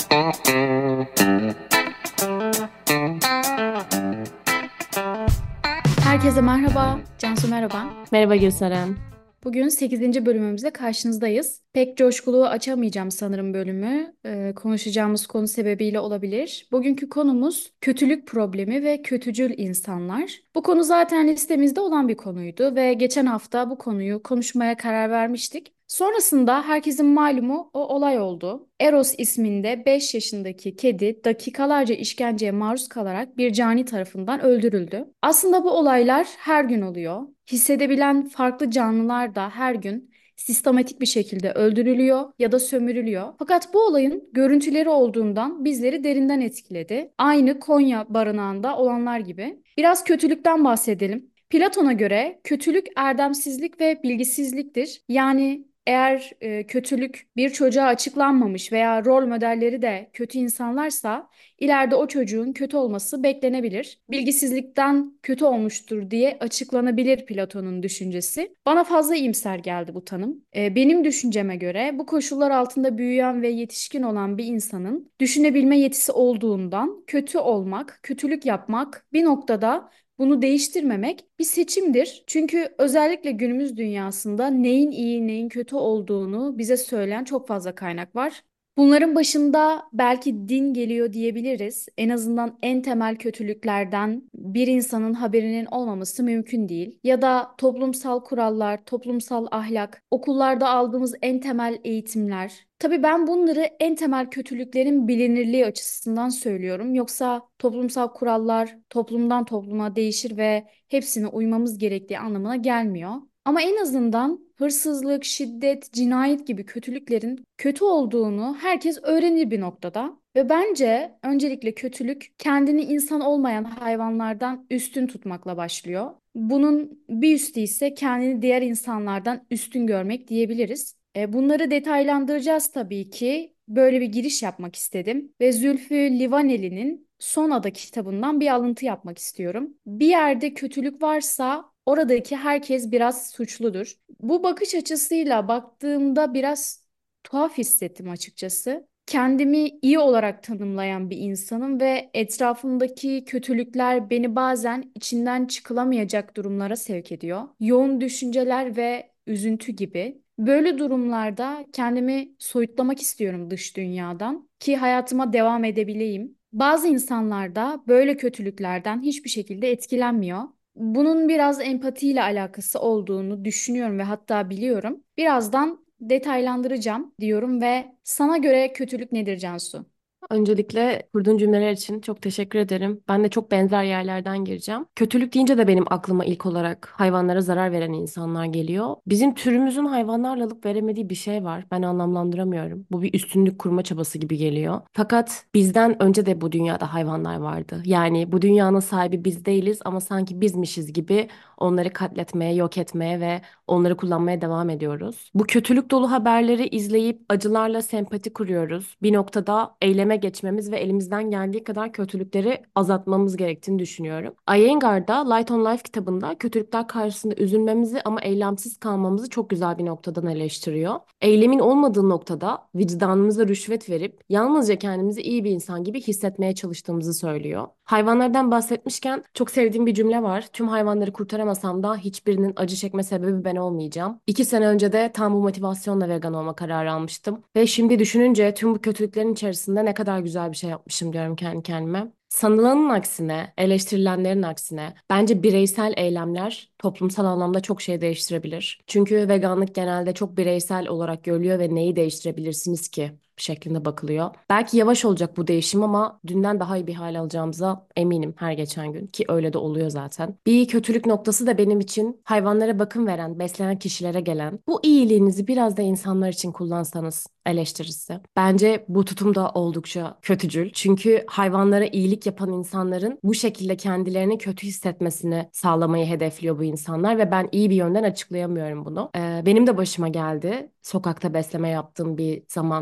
Herkese merhaba. Cansu merhaba. Merhaba Gülseren. Bugün 8. bölümümüzle karşınızdayız. Pek coşkulu açamayacağım sanırım bölümü. Konuşacağımız konu sebebiyle olabilir. Bugünkü konumuz kötülük problemi ve kötücül insanlar. Bu konu zaten listemizde olan bir konuydu ve geçen hafta bu konuyu konuşmaya karar vermiştik. Sonrasında herkesin malumu o olay oldu. Eros isminde 5 yaşındaki kedi dakikalarca işkenceye maruz kalarak bir cani tarafından öldürüldü. Aslında bu olaylar her gün oluyor. Hissedebilen farklı canlılar da her gün sistematik bir şekilde öldürülüyor ya da sömürülüyor. Fakat bu olayın görüntüleri olduğundan bizleri derinden etkiledi. Aynı Konya barınağında olanlar gibi. Biraz kötülükten bahsedelim. Platon'a göre kötülük erdemsizlik ve bilgisizliktir. Yani eğer kötülük bir çocuğa açıklanmamış veya rol modelleri de kötü insanlarsa ileride o çocuğun kötü olması beklenebilir. Bilgisizlikten kötü olmuştur diye açıklanabilir Platon'un düşüncesi. Bana fazla iyimser geldi bu tanım. Benim düşünceme göre bu koşullar altında büyüyen ve yetişkin olan bir insanın düşünebilme yetisi olduğundan kötü olmak, kötülük yapmak bir noktada bunu değiştirmemek bir seçimdir. Çünkü özellikle günümüz dünyasında neyin iyi, neyin kötü olduğunu bize söyleyen çok fazla kaynak var. Bunların başında belki din geliyor diyebiliriz. En azından en temel kötülüklerden bir insanın haberinin olmaması mümkün değil. Ya da toplumsal kurallar, toplumsal ahlak, okullarda aldığımız en temel eğitimler. Tabii ben bunları en temel kötülüklerin bilinirliği açısından söylüyorum. Yoksa toplumsal kurallar toplumdan topluma değişir ve hepsine uymamız gerektiği anlamına gelmiyor. Ama en azından hırsızlık, şiddet, cinayet gibi kötülüklerin kötü olduğunu herkes öğrenir bir noktada. Ve bence öncelikle kötülük kendini insan olmayan hayvanlardan üstün tutmakla başlıyor. Bunun bir üstü ise kendini diğer insanlardan üstün görmek diyebiliriz. Bunları detaylandıracağız tabii ki. Böyle bir giriş yapmak istedim ve Zülfü Livaneli'nin Son Ada kitabından bir alıntı yapmak istiyorum. Bir yerde kötülük varsa oradaki herkes biraz suçludur. Bu bakış açısıyla baktığımda biraz tuhaf hissettim açıkçası. Kendimi iyi olarak tanımlayan bir insanım ve etrafımdaki kötülükler beni bazen içinden çıkılamayacak durumlara sevk ediyor. Yoğun düşünceler ve üzüntü gibi. Böyle durumlarda kendimi soyutlamak istiyorum dış dünyadan ki hayatıma devam edebileyim. Bazı insanlar da böyle kötülüklerden hiçbir şekilde etkilenmiyor. Bunun biraz empatiyle alakası olduğunu düşünüyorum ve hatta biliyorum. Birazdan detaylandıracağım diyorum ve sana göre kötülük nedir Cansu? Öncelikle kurduğun cümleler için çok teşekkür ederim. Ben de çok benzer yerlerden gireceğim. Kötülük deyince de benim aklıma ilk olarak hayvanlara zarar veren insanlar geliyor. Bizim türümüzün hayvanlarla alıp veremediği bir şey var. Ben anlamlandıramıyorum. Bu bir üstünlük kurma çabası gibi geliyor. Fakat bizden önce de bu dünyada hayvanlar vardı. Yani bu dünyanın sahibi biz değiliz ama sanki bizmişiz gibi onları katletmeye, yok etmeye ve onları kullanmaya devam ediyoruz. Bu kötülük dolu haberleri izleyip acılarla sempati kuruyoruz. Bir noktada eyleme geçmemiz ve elimizden geldiği kadar kötülükleri azaltmamız gerektiğini düşünüyorum. Iyengar'da Light on Life kitabında kötülükler karşısında üzülmemizi ama eylemsiz kalmamızı çok güzel bir noktadan eleştiriyor. Eylemin olmadığı noktada vicdanımıza rüşvet verip yalnızca kendimizi iyi bir insan gibi hissetmeye çalıştığımızı söylüyor. Hayvanlardan bahsetmişken çok sevdiğim bir cümle var. Tüm hayvanları kurtaramasam da hiçbirinin acı çekme sebebi ben olmayacağım. 2 sene önce de tam bu motivasyonla vegan olma kararı almıştım. Ve şimdi düşününce tüm bu kötülüklerin içerisinde ne kadar güzel bir şey yapmışım diyorum kendi kendime. Sanılanın aksine, eleştirilenlerin aksine bence bireysel eylemler toplumsal anlamda çok şey değiştirebilir. Çünkü veganlık genelde çok bireysel olarak görülüyor ve neyi değiştirebilirsiniz ki şeklinde bakılıyor. Belki yavaş olacak bu değişim ama dünden daha iyi bir hale alacağımıza eminim her geçen gün ki öyle de oluyor zaten. Bir kötülük noktası da benim için hayvanlara bakım veren, besleyen kişilere gelen bu iyiliğinizi biraz da insanlar için kullansanız eleştirisi. Bence bu tutum da oldukça kötücül. Çünkü hayvanlara iyilik yapan insanların bu şekilde kendilerini kötü hissetmesini sağlamayı hedefliyor bu insanlar ve ben iyi bir yönden açıklayamıyorum bunu. Benim de başıma geldi. Sokakta besleme yaptığım bir zaman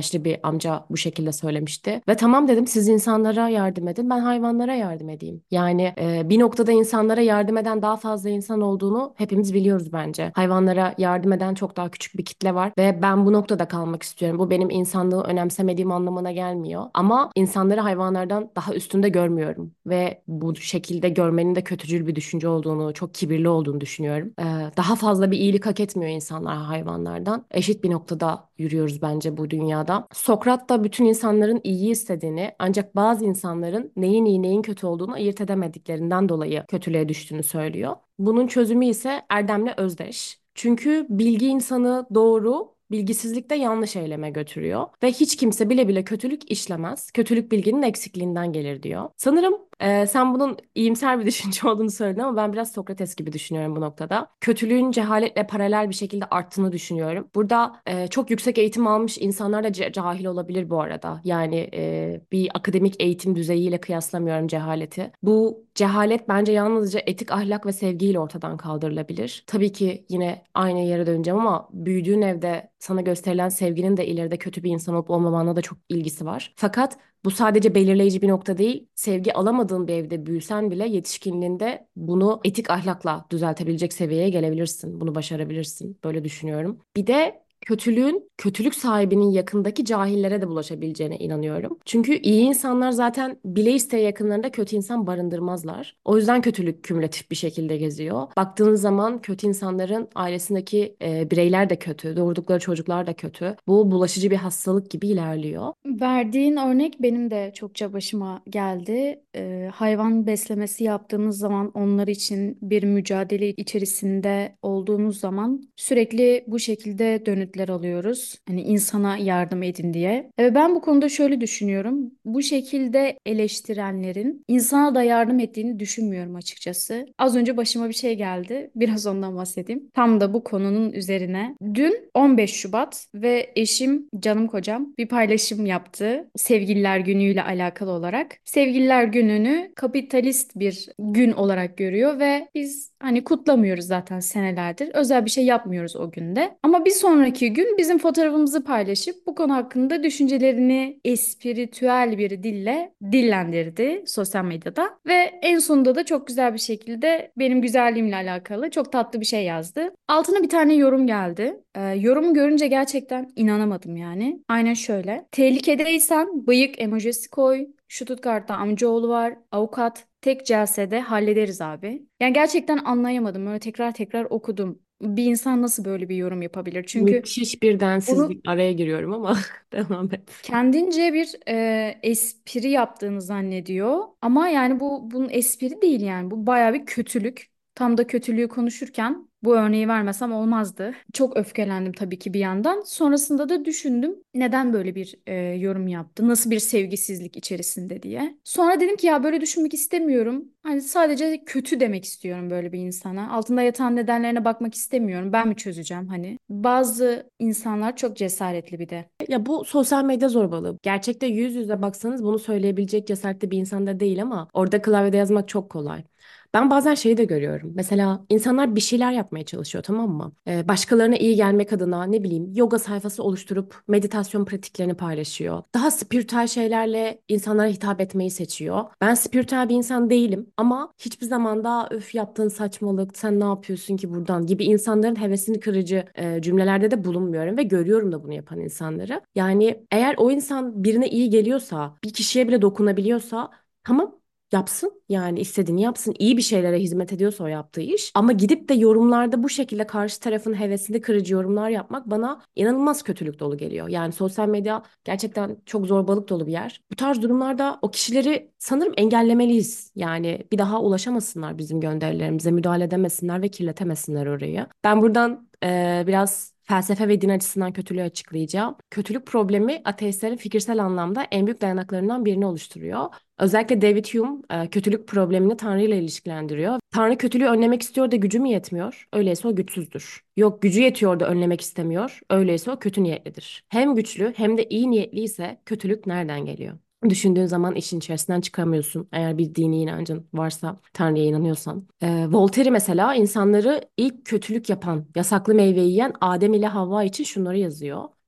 yaşlı bir amca bu şekilde söylemişti. Ve tamam dedim, siz insanlara yardım edin, ben hayvanlara yardım edeyim. Yani bir noktada insanlara yardım eden daha fazla insan olduğunu hepimiz biliyoruz bence. Hayvanlara yardım eden çok daha küçük bir kitle var ve ben bu noktada kalmak istiyorum. Bu benim insanlığı önemsemediğim anlamına gelmiyor. Ama insanları hayvanlardan daha üstünde görmüyorum ve bu şekilde görmenin de kötücül bir düşünce olduğunu, çok kibirli olduğunu düşünüyorum. Daha fazla bir iyilik hak etmiyor insanlar hayvanlardan. Eşit bir noktada yürüyoruz bence bu dünyada. Sokrat da bütün insanların iyi istediğini, ancak bazı insanların neyin iyi neyin kötü olduğunu ayırt edemediklerinden dolayı kötülüğe düştüğünü söylüyor. Bunun çözümü ise erdemle özdeş. Çünkü bilgi insanı doğru, bilgisizlik de yanlış eyleme götürüyor. Ve hiç kimse bile bile kötülük işlemez. Kötülük bilginin eksikliğinden gelir diyor. Sanırım sen bunun iyimser bir düşünce olduğunu söyledin ama ben biraz Sokrates gibi düşünüyorum bu noktada. Kötülüğün cehaletle paralel bir şekilde arttığını düşünüyorum. Burada çok yüksek eğitim almış insanlar da cahil olabilir bu arada. Yani bir akademik eğitim düzeyiyle kıyaslamıyorum cehaleti. Bu cehalet bence yalnızca etik, ahlak ve sevgiyle ortadan kaldırılabilir. Tabii ki yine aynı yere döneceğim ama büyüdüğün evde sana gösterilen sevginin de ileride kötü bir insan olup olmamanla da çok ilgisi var. Fakat bu sadece belirleyici bir nokta değil. Sevgi alamadığın bir evde büyüsen bile yetişkinliğinde bunu etik ahlakla düzeltebilecek seviyeye gelebilirsin. Bunu başarabilirsin. Böyle düşünüyorum. Bir de kötülüğün kötülük sahibinin yakındaki cahillere de bulaşabileceğine inanıyorum. Çünkü iyi insanlar zaten bile isteye yakınlarında kötü insan barındırmazlar. O yüzden kötülük kümülatif bir şekilde geziyor. Baktığınız zaman kötü insanların ailesindeki bireyler de kötü, doğurdukları çocuklar da kötü. Bu bulaşıcı bir hastalık gibi ilerliyor. Verdiğin örnek benim de çokça başıma geldi. Hayvan beslemesi yaptığımız zaman onlar için bir mücadele içerisinde olduğumuz zaman sürekli bu şekilde dönütler alıyoruz. Hani insana yardım edin diye. Ben bu konuda şöyle düşünüyorum. Bu şekilde eleştirenlerin insana da yardım ettiğini düşünmüyorum açıkçası. Az önce başıma bir şey geldi. Biraz ondan bahsedeyim. Tam da bu konunun üzerine. Dün 15 Şubat ve eşim, canım kocam bir paylaşım yaptı. Sevgililer Günü'yle alakalı olarak. Sevgililer Günü'nü kapitalist bir gün olarak görüyor ve biz hani kutlamıyoruz zaten senelerdir. Özel bir şey yapmıyoruz o günde. Ama bir sonraki gün bizim fotoğrafımızı paylaşıp bu konu hakkında düşüncelerini espritüel bir dille dillendirdi sosyal medyada. Ve en sonunda da çok güzel bir şekilde benim güzelliğimle alakalı çok tatlı bir şey yazdı. Altına bir tane yorum geldi. Yorumu görünce gerçekten inanamadım yani. Aynen şöyle. Tehlikedeysen bıyık emojisi koy. Stuttgart'ta amcaoğlu var. Avukat. Tek celsede hallederiz abi. Yani gerçekten anlayamadım. Öyle tekrar tekrar okudum. Bir insan nasıl böyle bir yorum yapabilir? Çünkü Müthiş bir bunu densizlik, araya giriyorum ama devam et. kendince bir espri yaptığını zannediyor. Ama yani bunun espri değil yani. Bu bayağı bir kötülük. Tam da kötülüğü konuşurken bu örneği vermesem olmazdı. Çok öfkelendim tabii ki bir yandan. Sonrasında da düşündüm neden böyle bir yorum yaptı? Nasıl bir sevgisizlik içerisinde diye. Sonra dedim ki ya böyle düşünmek istemiyorum. Hani sadece kötü demek istiyorum böyle bir insana. Altında yatan nedenlerine bakmak istemiyorum. Ben mi çözeceğim hani? Bazı insanlar çok cesaretli bir de. Ya bu sosyal medya zorbalığı. Gerçekte yüz yüze baksanız bunu söyleyebilecek cesarette bir insan da değil ama orada klavyede yazmak çok kolay. Ben bazen şeyi de görüyorum. Mesela insanlar bir şeyler yapmaya çalışıyor, tamam mı? Başkalarına iyi gelmek adına ne bileyim yoga sayfası oluşturup meditasyon pratiklerini paylaşıyor. Daha spiritüel şeylerle insanlara hitap etmeyi seçiyor. Ben spiritüel bir insan değilim ama hiçbir zaman da öf yaptığın saçmalık, sen ne yapıyorsun ki buradan gibi insanların hevesini kırıcı cümlelerde de bulunmuyorum ve görüyorum da bunu yapan insanları. Yani eğer o insan birine iyi geliyorsa, bir kişiye bile dokunabiliyorsa tamam, yapsın, yani istediğini yapsın. İyi bir şeylere hizmet ediyorsa o yaptığı iş. Ama gidip de yorumlarda bu şekilde karşı tarafın hevesini kırıcı yorumlar yapmak bana inanılmaz kötülük dolu geliyor. Yani sosyal medya gerçekten çok zorbalık dolu bir yer. Bu tarz durumlarda o kişileri sanırım engellemeliyiz. Yani bir daha ulaşamasınlar bizim gönderilerimize, müdahale edemesinler ve kirletemesinler orayı. Ben buradan biraz felsefe ve din açısından kötülüğü açıklayacağım. Kötülük problemi ateistlerin fikirsel anlamda en büyük dayanaklarından birini oluşturuyor. Özellikle David Hume kötülük problemini Tanrı ile ilişkilendiriyor. Tanrı kötülüğü önlemek istiyor da gücü mü yetmiyor? Öyleyse o güçsüzdür. Yok, gücü yetiyor da önlemek istemiyor. Öyleyse o kötü niyetlidir. Hem güçlü hem de iyi niyetliyse kötülük nereden geliyor? Düşündüğün zaman işin içerisinden çıkamıyorsun. Eğer bir dini inancın varsa, Tanrı'ya inanıyorsan. Voltaire mesela insanları ilk kötülük yapan, yasaklı meyve yiyen Adem ile Havva için şunları yazıyor.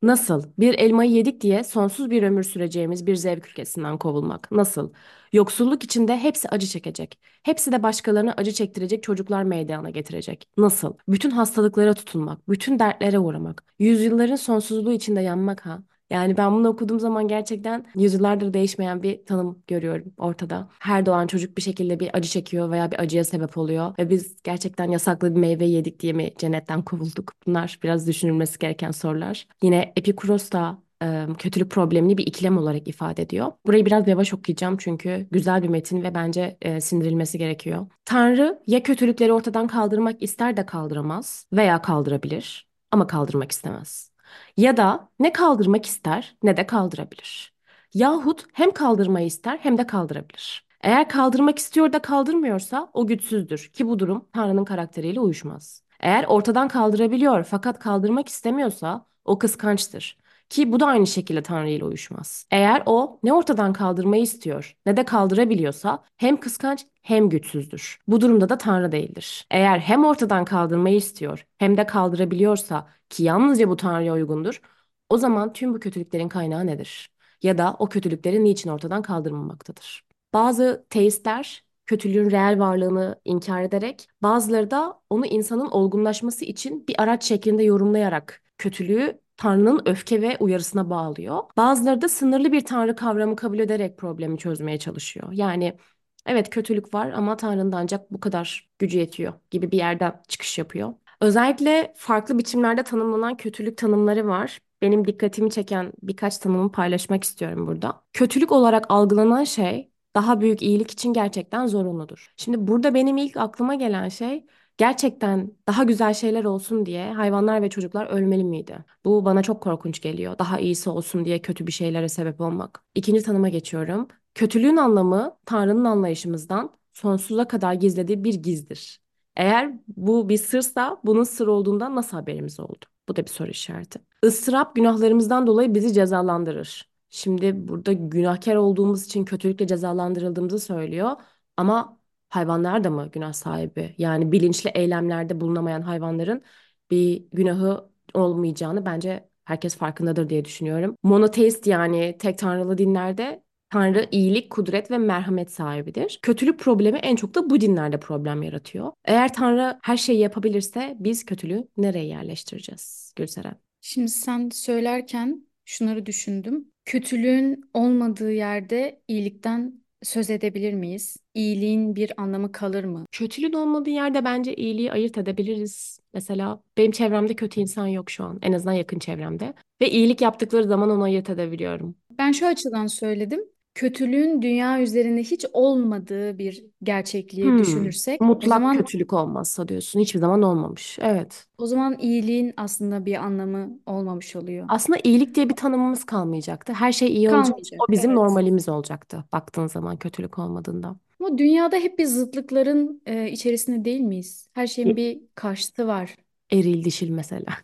Nasıl? Bir elmayı yedik diye sonsuz bir ömür süreceğimiz bir zevk ülkesinden kovulmak. Nasıl? Yoksulluk içinde hepsi acı çekecek. Hepsi de başkalarına acı çektirecek çocuklar meydana getirecek. Nasıl? Bütün hastalıklara tutulmak, bütün dertlere uğramak, yüzyılların sonsuzluğu içinde yanmak ha. Yani ben bunu okuduğum zaman gerçekten yüzyıllardır değişmeyen bir tanım görüyorum ortada. Her doğan çocuk bir şekilde bir acı çekiyor veya bir acıya sebep oluyor. Ve biz gerçekten yasaklı bir meyve yedik diye mi cennetten kovulduk? Bunlar biraz düşünülmesi gereken sorular. Yine Epikuros da kötülük problemini bir ikilem olarak ifade ediyor. Burayı biraz yavaş okuyacağım çünkü güzel bir metin ve bence sindirilmesi gerekiyor. Tanrı ya kötülükleri ortadan kaldırmak ister de kaldıramaz veya kaldırabilir ama kaldırmak istemez. Ya da ne kaldırmak ister ne de kaldırabilir. Yahut hem kaldırmayı ister hem de kaldırabilir. Eğer kaldırmak istiyor da kaldırmıyorsa o güçsüzdür ki bu durum Tanrı'nın karakteriyle uyuşmaz. Eğer ortadan kaldırabiliyor fakat kaldırmak istemiyorsa o kıskançtır ki bu da aynı şekilde Tanrı ile uyuşmaz. Eğer o ne ortadan kaldırmayı istiyor ne de kaldırabiliyorsa hem kıskanç hem güçsüzdür. Bu durumda da Tanrı değildir. Eğer hem ortadan kaldırmayı istiyor hem de kaldırabiliyorsa ki yalnızca bu Tanrı'ya uygundur, o zaman tüm bu kötülüklerin kaynağı nedir? Ya da o kötülükleri niçin ortadan kaldırmamaktadır? Bazı teistler kötülüğün reel varlığını inkar ederek, bazıları da onu insanın olgunlaşması için bir araç şeklinde yorumlayarak kötülüğü Tanrı'nın öfke ve uyarısına bağlıyor. Bazıları da sınırlı bir Tanrı kavramı kabul ederek problemi çözmeye çalışıyor. Yani evet kötülük var ama Tanrı'nın da ancak bu kadar gücü yetiyor gibi bir yerden çıkış yapıyor. Özellikle farklı biçimlerde tanımlanan kötülük tanımları var. Benim dikkatimi çeken birkaç tanımı paylaşmak istiyorum burada. Kötülük olarak algılanan şey daha büyük iyilik için gerçekten zorunludur. Şimdi burada benim ilk aklıma gelen şey gerçekten daha güzel şeyler olsun diye hayvanlar ve çocuklar ölmeli miydi? Bu bana çok korkunç geliyor. Daha iyisi olsun diye kötü bir şeylere sebep olmak. İkinci tanıma geçiyorum. Kötülüğün anlamı Tanrı'nın anlayışımızdan sonsuza kadar gizlediği bir gizdir. Eğer bu bir sırsa bunun sır olduğundan nasıl haberimiz oldu? Bu da bir soru işareti. Isırap günahlarımızdan dolayı bizi cezalandırır. Şimdi burada günahkar olduğumuz için kötülükle cezalandırıldığımızı söylüyor. Ama hayvanlar da mı günah sahibi? Yani bilinçli eylemlerde bulunamayan hayvanların bir günahı olmayacağını bence herkes farkındadır diye düşünüyorum. Monoteist yani tek tanrılı dinlerde Tanrı iyilik, kudret ve merhamet sahibidir. Kötülük problemi en çok da bu dinlerde problem yaratıyor. Eğer Tanrı her şeyi yapabilirse biz kötülüğü nereye yerleştireceğiz Gülseren? Şimdi sen söylerken şunları düşündüm. Kötülüğün olmadığı yerde iyilikten söz edebilir miyiz? İyiliğin bir anlamı kalır mı? Kötülüğün olmadığı yerde bence iyiliği ayırt edebiliriz. Mesela benim çevremde kötü insan yok şu an. En azından yakın çevremde. Ve iyilik yaptıkları zaman onu ayırt edebiliyorum. Ben şu açıdan söyledim. Kötülüğün dünya üzerinde hiç olmadığı bir gerçekliği düşünürsek, o Mutlak zaman kötülük olmazsa diyorsun. Hiçbir zaman olmamış. Evet. iyiliğin aslında bir anlamı olmamış oluyor. Aslında iyilik diye bir tanımımız kalmayacaktı. Her şey iyi olacak. Kalmayacak, O bizim evet. normalimiz olacaktı. Baktığın zaman kötülük olmadığında. Ama dünyada hep bir zıtlıkların içerisinde değil miyiz? Her şeyin E- bir karşıtı var. Eril dişil mesela.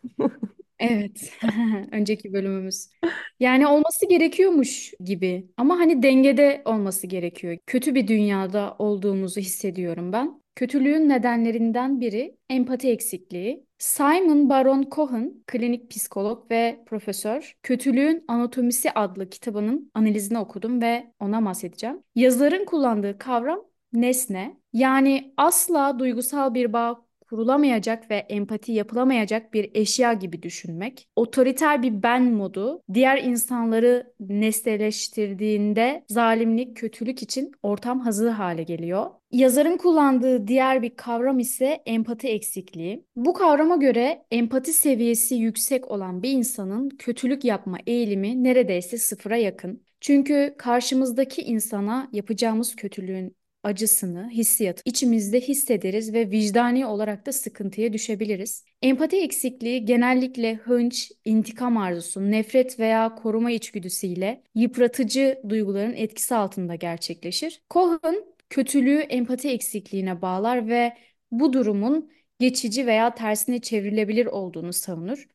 Evet. Önceki bölümümüz. Yani olması gerekiyormuş gibi. Ama hani dengede olması gerekiyor. Kötü bir dünyada olduğumuzu hissediyorum ben. Kötülüğün nedenlerinden biri empati eksikliği. Simon Baron Cohen, klinik psikolog ve profesör, Kötülüğün Anatomisi adlı kitabının analizini okudum ve ona bahsedeceğim. Yazarın kullandığı kavram nesne. Yani asla duygusal bir bağ kurulamayacak ve empati yapılamayacak bir eşya gibi düşünmek. Otoriter bir ben modu diğer insanları nesneleştirdiğinde zalimlik, kötülük için ortam hazır hale geliyor. Yazarın kullandığı diğer bir kavram ise empati eksikliği. Bu kavrama göre empati seviyesi yüksek olan bir insanın kötülük yapma eğilimi neredeyse sıfıra yakın. Çünkü karşımızdaki insana yapacağımız kötülüğün acısını, hissiyatı içimizde hissederiz ve vicdani olarak da sıkıntıya düşebiliriz. Empati eksikliği genellikle hınç, intikam arzusu, nefret veya koruma içgüdüsüyle yıpratıcı duyguların etkisi altında gerçekleşir. Cohen kötülüğü empati eksikliğine bağlar ve bu durumun geçici veya tersine çevrilebilir olduğunu savunur.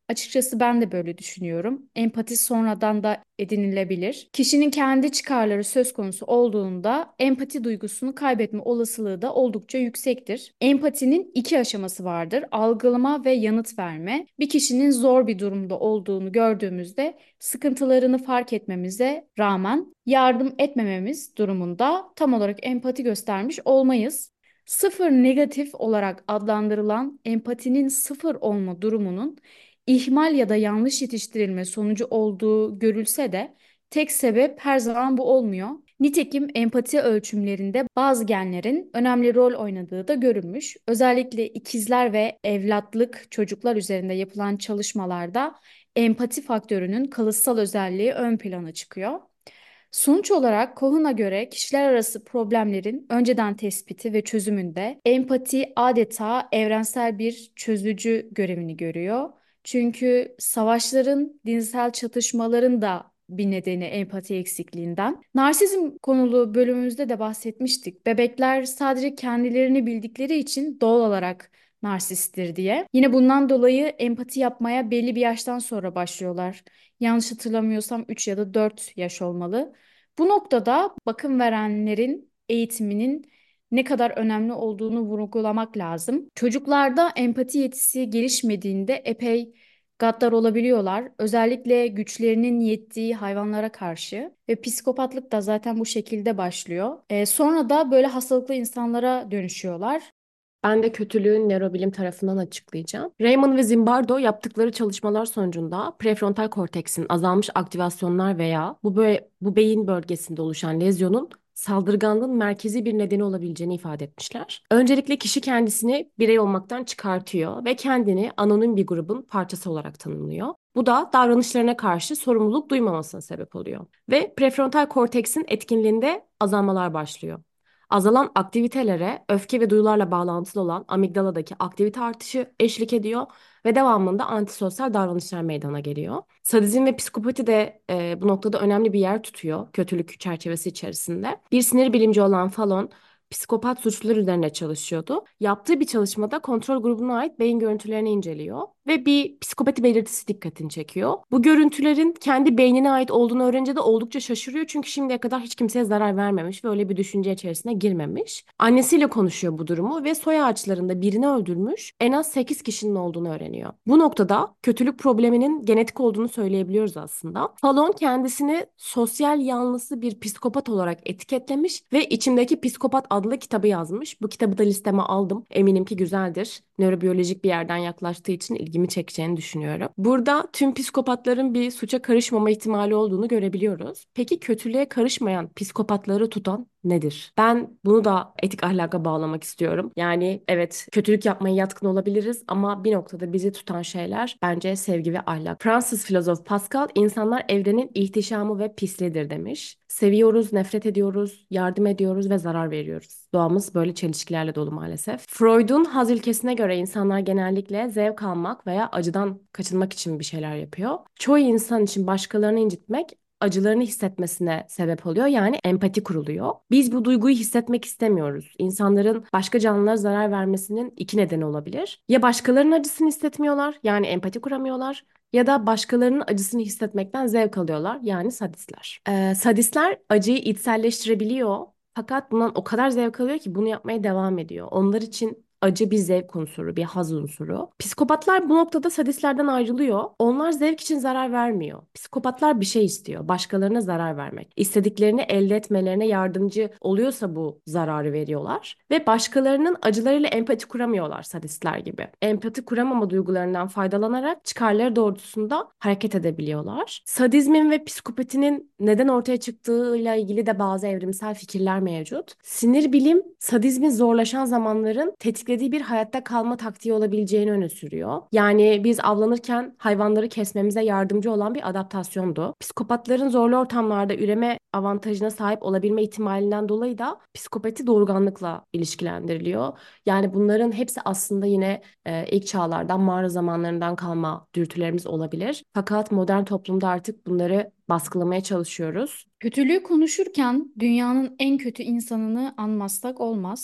Açıkçası ben de böyle düşünüyorum. Empati sonradan da edinilebilir. Kişinin kendi çıkarları söz konusu olduğunda empati duygusunu kaybetme olasılığı da oldukça yüksektir. Empatinin iki aşaması vardır: algılama ve yanıt verme. Bir kişinin zor bir durumda olduğunu gördüğümüzde sıkıntılarını fark etmemize rağmen yardım etmememiz durumunda tam olarak empati göstermiş olmayız. Sıfır negatif olarak adlandırılan empatinin sıfır olma durumunun ihmal ya da yanlış yetiştirilme sonucu olduğu görülse de tek sebep her zaman bu olmuyor. Nitekim empati ölçümlerinde bazı genlerin önemli rol oynadığı da görülmüş. Özellikle ikizler ve evlatlık çocuklar üzerinde yapılan çalışmalarda empati faktörünün kalıtsal özelliği ön plana çıkıyor. Sonuç olarak Cohen'a göre kişiler arası problemlerin önceden tespiti ve çözümünde empati adeta evrensel bir çözücü görevini görüyor. Çünkü savaşların, dinsel çatışmaların da bir nedeni empati eksikliğinden. Narsizm konulu bölümümüzde de bahsetmiştik. Bebekler sadece kendilerini bildikleri için doğal olarak narsisttir diye. Yine bundan dolayı empati yapmaya belli bir yaştan sonra başlıyorlar. Yanlış hatırlamıyorsam 3 ya da 4 yaş olmalı. Bu noktada bakım verenlerin eğitiminin ne kadar önemli olduğunu vurgulamak lazım. Çocuklarda empati yetisi gelişmediğinde epey gaddar olabiliyorlar. Özellikle güçlerinin yettiği hayvanlara karşı ve psikopatlık da zaten bu şekilde başlıyor. Sonra da böyle hastalıklı insanlara dönüşüyorlar. Ben de kötülüğün nörobilim tarafından açıklayacağım. Raymond ve Zimbardo yaptıkları çalışmalar sonucunda prefrontal korteksin azalmış aktivasyonlar veya bu beyin bölgesinde oluşan lezyonun saldırganlığın merkezi bir nedeni olabileceğini ifade etmişler. Öncelikle kişi kendisini birey olmaktan çıkartıyor ve kendini anonim bir grubun parçası olarak tanımlıyor. Bu da davranışlarına karşı sorumluluk duymamasına sebep oluyor. Ve prefrontal korteksin etkinliğinde azalmalar başlıyor. Azalan aktivitelere öfke ve duyularla bağlantılı olan amigdaladaki aktivite artışı eşlik ediyor ve devamında antisosyal davranışlar meydana geliyor. Sadizm ve psikopati de bu noktada önemli bir yer tutuyor kötülük çerçevesi içerisinde. Bir sinir bilimci olan Fallon psikopat suçlular üzerine çalışıyordu. Yaptığı bir çalışmada kontrol grubuna ait beyin görüntülerini inceliyor ve bir psikopati belirtisi dikkatini çekiyor. Bu görüntülerin kendi beynine ait olduğunu öğrenince de oldukça şaşırıyor çünkü şimdiye kadar hiç kimseye zarar vermemiş ve öyle bir düşünce içerisine girmemiş. Annesiyle konuşuyor bu durumu ve soy ağaçlarında birini öldürmüş en az 8 kişinin olduğunu öğreniyor. Bu noktada kötülük probleminin genetik olduğunu söyleyebiliyoruz aslında. Fallon kendisini sosyal yanlısı bir psikopat olarak etiketlemiş ve içimdeki Psikopat adlı kitabı yazmış. Bu kitabı da listeme aldım. Eminim ki güzeldir. Nörobiyolojik bir yerden yaklaştığı için ilgimi çekeceğini düşünüyorum. Burada tüm psikopatların bir suça karışmama ihtimali olduğunu görebiliyoruz. Peki kötülüğe karışmayan psikopatları tutan nedir? Ben bunu da etik ahlaka bağlamak istiyorum. Yani evet, kötülük yapmaya yatkın olabiliriz ama bir noktada bizi tutan şeyler bence sevgi ve ahlak. Fransız filozof Pascal, insanlar evrenin ihtişamı ve pisliğidir demiş. Seviyoruz, nefret ediyoruz, yardım ediyoruz ve zarar veriyoruz. Doğamız böyle çelişkilerle dolu maalesef. Freud'un haz ilkesine göre insanlar genellikle zevk almak veya acıdan kaçınmak için bir şeyler yapıyor. Çoğu insan için başkalarını incitmek acılarını hissetmesine sebep oluyor. Yani empati kuruluyor. Biz bu duyguyu hissetmek istemiyoruz. İnsanların başka canlılara zarar vermesinin iki nedeni olabilir. Ya başkalarının acısını hissetmiyorlar, yani empati kuramıyorlar. Ya da başkalarının acısını hissetmekten zevk alıyorlar. Yani sadistler. Sadistler acıyı içselleştirebiliyor. Fakat bundan o kadar zevk alıyor ki bunu yapmaya devam ediyor. Onlar için acı bir zevk unsuru, bir haz unsuru. Psikopatlar bu noktada sadistlerden ayrılıyor. Onlar zevk için zarar vermiyor. Psikopatlar bir şey istiyor, başkalarına zarar vermek. İstediklerini elde etmelerine yardımcı oluyorsa bu zararı veriyorlar. Ve başkalarının acılarıyla empati kuramıyorlar sadistler gibi. Empati kuramama duygularından faydalanarak çıkarları doğrultusunda hareket edebiliyorlar. Sadizmin ve psikopatinin neden ortaya çıktığıyla ilgili de bazı evrimsel fikirler mevcut. Sinir bilim, sadizmin zorlaşan zamanların tetiklediği bir hayatta kalma taktiği olabileceğini öne sürüyor. Yani biz avlanırken hayvanları kesmemize yardımcı olan bir adaptasyondu. Psikopatların zorlu ortamlarda üreme avantajına sahip olabilme ihtimalinden dolayı da psikopati doğurganlıkla ilişkilendiriliyor. Yani bunların hepsi aslında yine ilk çağlardan, mağara zamanlarından kalma dürtülerimiz olabilir. Fakat modern toplumda artık bunları baskılamaya çalışıyoruz. Kötülüğü konuşurken dünyanın en kötü insanını anmazsak olmaz.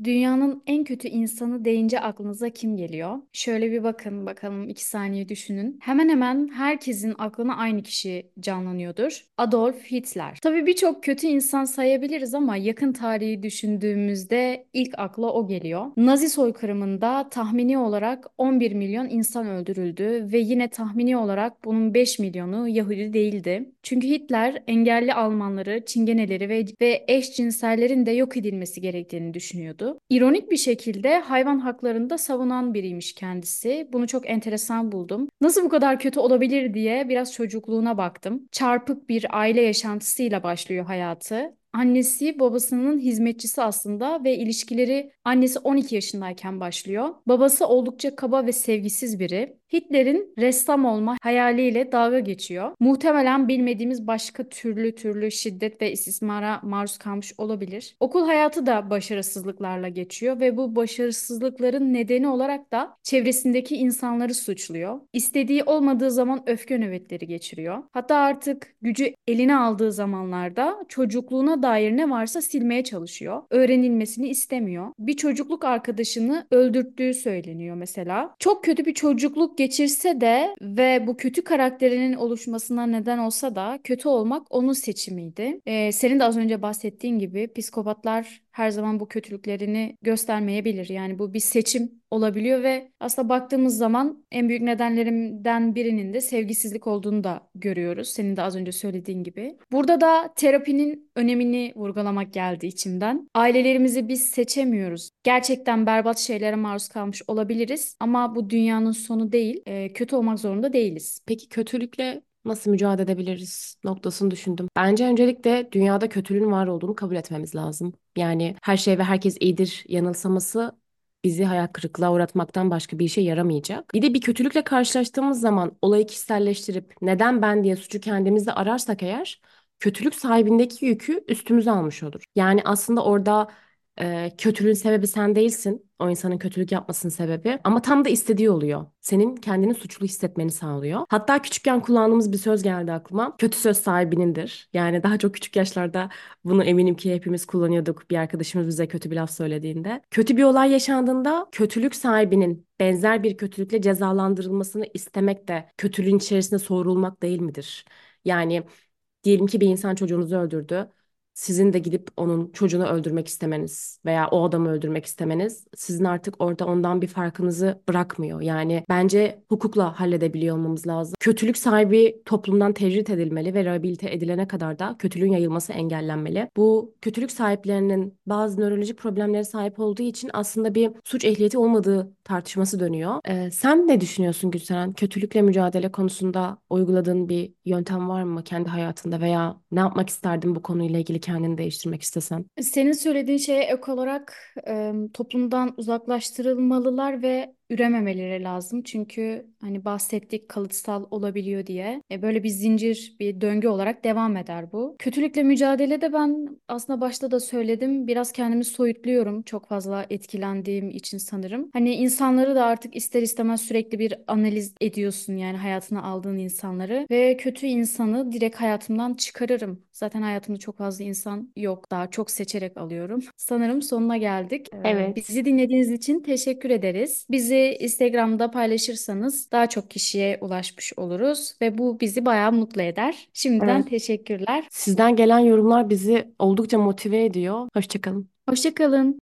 Dünyanın en kötü insanı deyince aklınıza kim geliyor? Şöyle bir bakın bakalım, 2 saniye düşünün. Hemen hemen herkesin aklına aynı kişi canlanıyordur. Adolf Hitler. Tabii birçok kötü insan sayabiliriz ama yakın tarihi düşündüğümüzde ilk akla o geliyor. Nazi soykırımında tahmini olarak 11 milyon insan öldürüldü ve yine tahmini olarak bunun 5 milyonu Yahudi değildi. Çünkü Hitler engelli Almanları, Çingeneleri ve eşcinsellerin de yok edilmesi gerektiğini düşünüyordu. İronik bir şekilde hayvan haklarını da savunan biriymiş kendisi. Bunu çok enteresan buldum. Nasıl bu kadar kötü olabilir diye biraz çocukluğuna baktım. Çarpık bir aile yaşantısıyla başlıyor hayatı. Annesi babasının hizmetçisi aslında ve ilişkileri annesi 12 yaşındayken başlıyor. Babası oldukça kaba ve sevgisiz biri. Hitler'in ressam olma hayaliyle dalga geçiyor. Muhtemelen bilmediğimiz başka türlü türlü şiddet ve istismara maruz kalmış olabilir. Okul hayatı da başarısızlıklarla geçiyor ve bu başarısızlıkların nedeni olarak da çevresindeki insanları suçluyor. İstediği olmadığı zaman öfke nöbetleri geçiriyor. Hatta artık gücü eline aldığı zamanlarda çocukluğuna dair ne varsa silmeye çalışıyor. Öğrenilmesini istemiyor. Bir çocukluk arkadaşını öldürttüğü söyleniyor mesela. Çok kötü bir çocukluk geçirse de ve bu kötü karakterinin oluşmasına neden olsa da kötü olmak onun seçimiydi. Senin de az önce bahsettiğin gibi psikopatlar her zaman bu kötülüklerini göstermeyebilir. Yani bu bir seçim olabiliyor ve aslında baktığımız zaman en büyük nedenlerimden birinin de sevgisizlik olduğunu da görüyoruz. Senin de az önce söylediğin gibi. Burada da terapinin önemini vurgulamak geldi içimden. Ailelerimizi biz seçemiyoruz. Gerçekten berbat şeylere maruz kalmış olabiliriz ama bu dünyanın sonu değil. Kötü olmak zorunda değiliz. Peki kötülükle nasıl mücadele edebiliriz noktasını düşündüm. Bence öncelikle dünyada kötülüğün var olduğunu kabul etmemiz lazım. Yani her şey ve herkes iyidir yanılsaması bizi hayal kırıklığına uğratmaktan başka bir işe yaramayacak. Bir de bir kötülükle karşılaştığımız zaman olayı kişiselleştirip neden ben diye suçu kendimizde ararsak eğer kötülük sahibindeki yükü üstümüze almış olur. Yani aslında orada kötülüğün sebebi sen değilsin. O insanın kötülük yapmasının sebebi. Ama tam da istediği oluyor. Senin kendini suçlu hissetmeni sağlıyor. Hatta küçükken kullandığımız bir söz geldi aklıma. Kötü söz sahibinindir. Yani daha çok küçük yaşlarda bunu eminim ki hepimiz kullanıyorduk. Bir arkadaşımız bize kötü bir laf söylediğinde. Kötü bir olay yaşandığında kötülük sahibinin benzer bir kötülükle cezalandırılmasını istemek de kötülüğün içerisinde soğurulmak değil midir? Yani diyelim ki bir insan çocuğunuzu öldürdü. Sizin de gidip onun çocuğunu öldürmek istemeniz veya o adamı öldürmek istemeniz sizin artık orada ondan bir farkınızı bırakmıyor. Yani bence hukukla halledebiliyor olmamız lazım. Kötülük sahibi toplumdan tecrit edilmeli ve rehabilite edilene kadar da kötülüğün yayılması engellenmeli. Bu kötülük sahiplerinin bazı nörolojik problemlere sahip olduğu için aslında bir suç ehliyeti olmadığı tartışması dönüyor. Sen ne düşünüyorsun Gülseren? Kötülükle mücadele konusunda uyguladığın bir yöntem var mı kendi hayatında veya ne yapmak isterdin bu konuyla ilgili kendini değiştirmek istesen? Senin söylediğin şeye ek olarak toplumdan uzaklaştırılmalılar ve ürememeleri lazım. Çünkü hani bahsettik, kalıtsal olabiliyor diye. Böyle bir zincir, bir döngü olarak devam eder bu. Kötülükle mücadelede ben aslında başta da söyledim. Biraz kendimi soyutluyorum. Çok fazla etkilendiğim için sanırım. Hani insanları da artık ister istemez sürekli bir analiz ediyorsun, yani hayatına aldığın insanları ve kötü insanı direkt hayatımdan çıkarırım. Zaten hayatımda çok fazla insan yok. Daha çok seçerek alıyorum. Sanırım sonuna geldik. Evet. Bizi dinlediğiniz için teşekkür ederiz. Bizi Instagram'da paylaşırsanız daha çok kişiye ulaşmış oluruz ve bu bizi bayağı mutlu eder. Şimdiden Evet. teşekkürler. Sizden gelen yorumlar bizi oldukça motive ediyor. Hoşça kalın. Hoşça kalın.